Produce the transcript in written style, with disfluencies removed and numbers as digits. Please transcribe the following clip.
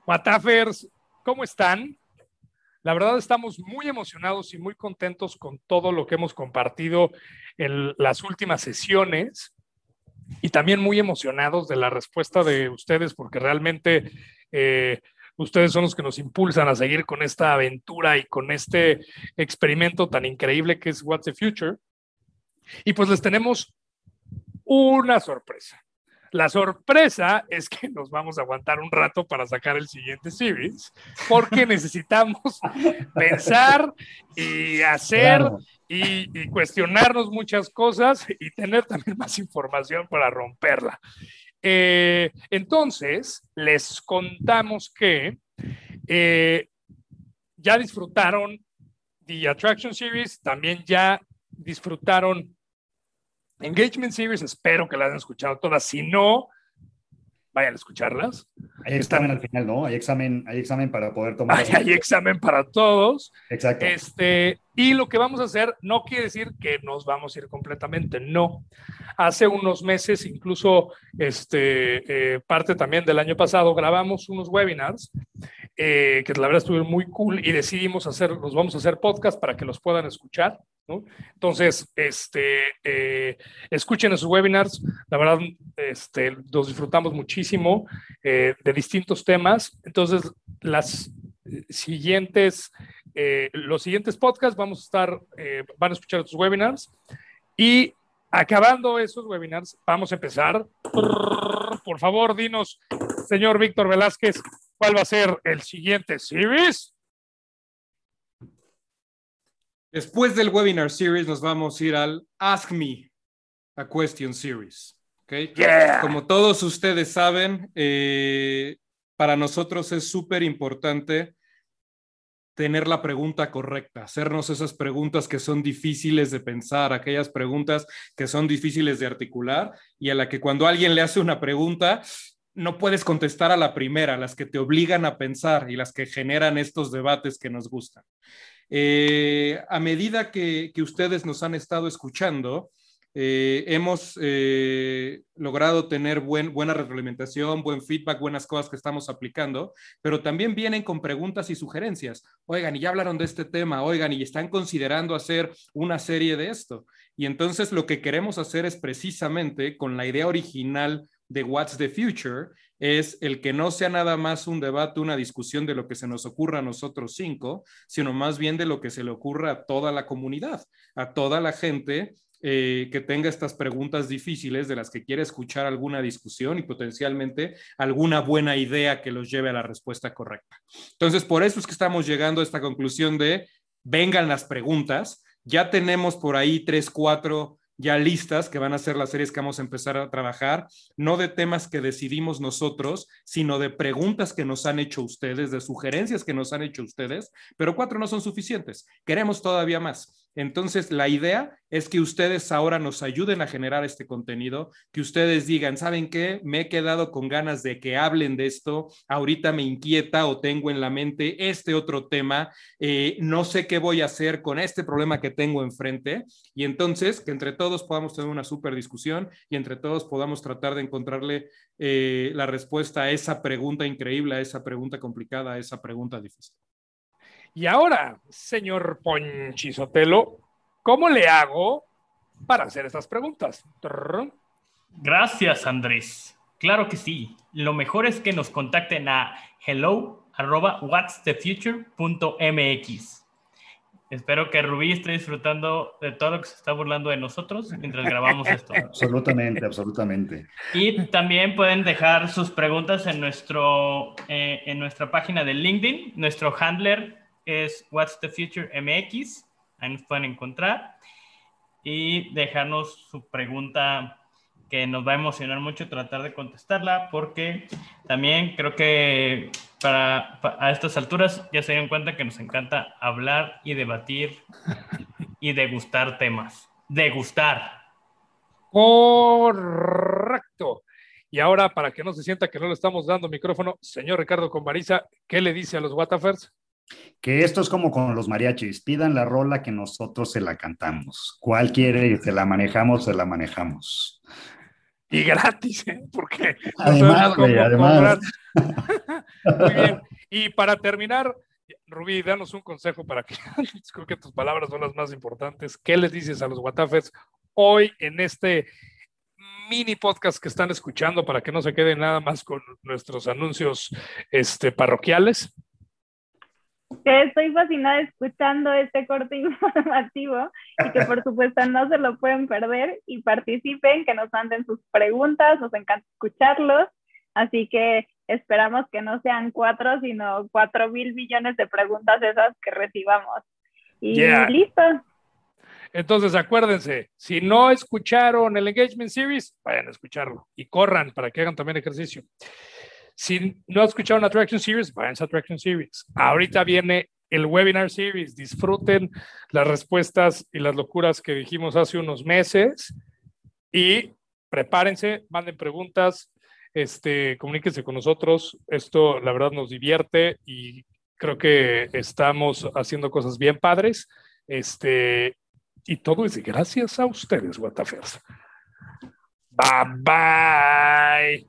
Watafers, ¿cómo están? La verdad estamos muy emocionados y muy contentos con todo lo que hemos compartido en las últimas sesiones y también muy emocionados de la respuesta de ustedes porque realmente ustedes son los que nos impulsan a seguir con esta aventura y con este experimento tan increíble que es What's the Future. Y pues les tenemos una sorpresa. La sorpresa es que nos vamos a aguantar un rato para sacar el siguiente series, porque necesitamos pensar y hacer y cuestionarnos muchas cosas y tener también más información para romperla. Entonces, les contamos que ya disfrutaron The Attraction Series, también ya disfrutaron Engagement Series, espero que las hayan escuchado todas. Si no, vayan a escucharlas. Hay examen al final, ¿no? Hay examen para poder tomar. Hay examen para todos. Exacto. Y lo que vamos a hacer no quiere decir que nos vamos a ir completamente, no. Hace unos meses, incluso parte también del año pasado, grabamos unos webinars que la verdad estuvieron muy cool y decidimos los vamos a hacer podcast para que los puedan escuchar, ¿no? Entonces, escuchen esos webinars, la verdad, los disfrutamos muchísimo de distintos temas. Entonces, los siguientes podcasts van a escuchar estos webinars y acabando esos webinars, vamos a empezar. Por favor, dinos, señor Víctor Velázquez, ¿cuál va a ser el siguiente series? Después del webinar series nos vamos a ir al Ask Me a Question series. ¿Okay? Yeah. Como todos ustedes saben, para nosotros es súper importante tener la pregunta correcta, hacernos esas preguntas que son difíciles de pensar, aquellas preguntas que son difíciles de articular y a la que cuando alguien le hace una pregunta no puedes contestar a la primera, las que te obligan a pensar y las que generan estos debates que nos gustan. A medida que ustedes nos han estado escuchando, hemos logrado tener buena retroalimentación, buen feedback, buenas cosas que estamos aplicando, pero también vienen con preguntas y sugerencias. Oigan, y ya hablaron de este tema, oigan, y están considerando hacer una serie de esto. Y entonces lo que queremos hacer es precisamente con la idea original de What's the Future, es el que no sea nada más un debate, una discusión de lo que se nos ocurra a nosotros 5, sino más bien de lo que se le ocurra a toda la comunidad, a toda la gente que tenga estas preguntas difíciles de las que quiere escuchar alguna discusión y potencialmente alguna buena idea que los lleve a la respuesta correcta. Entonces, por eso es que estamos llegando a esta conclusión de vengan las preguntas. Ya tenemos por ahí 3, 4 ya listas que van a ser las series que vamos a empezar a trabajar, no de temas que decidimos nosotros, sino de preguntas que nos han hecho ustedes, de sugerencias que nos han hecho ustedes, pero 4 no son suficientes, queremos todavía más. Entonces, la idea es que ustedes ahora nos ayuden a generar este contenido, que ustedes digan, ¿saben qué? Me he quedado con ganas de que hablen de esto, ahorita me inquieta o tengo en la mente este otro tema, no sé qué voy a hacer con este problema que tengo enfrente, y entonces que entre todos podamos tener una súper discusión y entre todos podamos tratar de encontrarle la respuesta a esa pregunta increíble, a esa pregunta complicada, a esa pregunta difícil. Y ahora, señor Ponchi Sotelo, ¿cómo le hago para hacer estas preguntas? Gracias, Andrés. Claro que sí. Lo mejor es que nos contacten a hello@whatsthefuture.mx. Espero que Rubí esté disfrutando de todo lo que se está burlando de nosotros mientras grabamos esto. Absolutamente, absolutamente. Y también pueden dejar sus preguntas en nuestra página de LinkedIn. Nuestro handler es What's the Future MX. Ahí nos pueden encontrar. Y dejarnos su pregunta, que nos va a emocionar mucho tratar de contestarla, porque también creo que a estas alturas ya se dieron cuenta que nos encanta hablar y debatir y degustar temas. Degustar. Correcto. Y ahora, para que no se sienta que no le estamos dando micrófono, señor Ricardo Conbariza, ¿qué le dice a los Watafers? Que esto es como con los mariachis, pidan la rola que nosotros se la cantamos. ¿Cuál quiere? Se la manejamos, se la manejamos. Y gratis, ¿eh? Porque no Además, sabemos cómo güey, además. cobrar. Muy bien. Y para terminar, Rubí, danos un consejo para que, creo que tus palabras son las más importantes. ¿Qué les dices a los Guatafers hoy en este mini podcast que están escuchando para que no se queden nada más con nuestros anuncios parroquiales? Que estoy fascinada escuchando este corte informativo y que por supuesto no se lo pueden perder y participen, que nos manden sus preguntas, nos encanta escucharlos, así que esperamos que no sean 4, sino 4,000 billones de preguntas esas que recibamos. Y listo. Entonces acuérdense, si no escucharon el Engagement Series, vayan a escucharlo y corran para que hagan también ejercicio. Si no escucharon Attraction Series, vayan a Attraction Series. Ahorita viene el Webinar Series. Disfruten las respuestas y las locuras que dijimos hace unos meses y prepárense, manden preguntas, comuníquense con nosotros. Esto, la verdad, nos divierte y creo que estamos haciendo cosas bien padres. Y todo es gracias a ustedes, Guatafers. Bye, bye.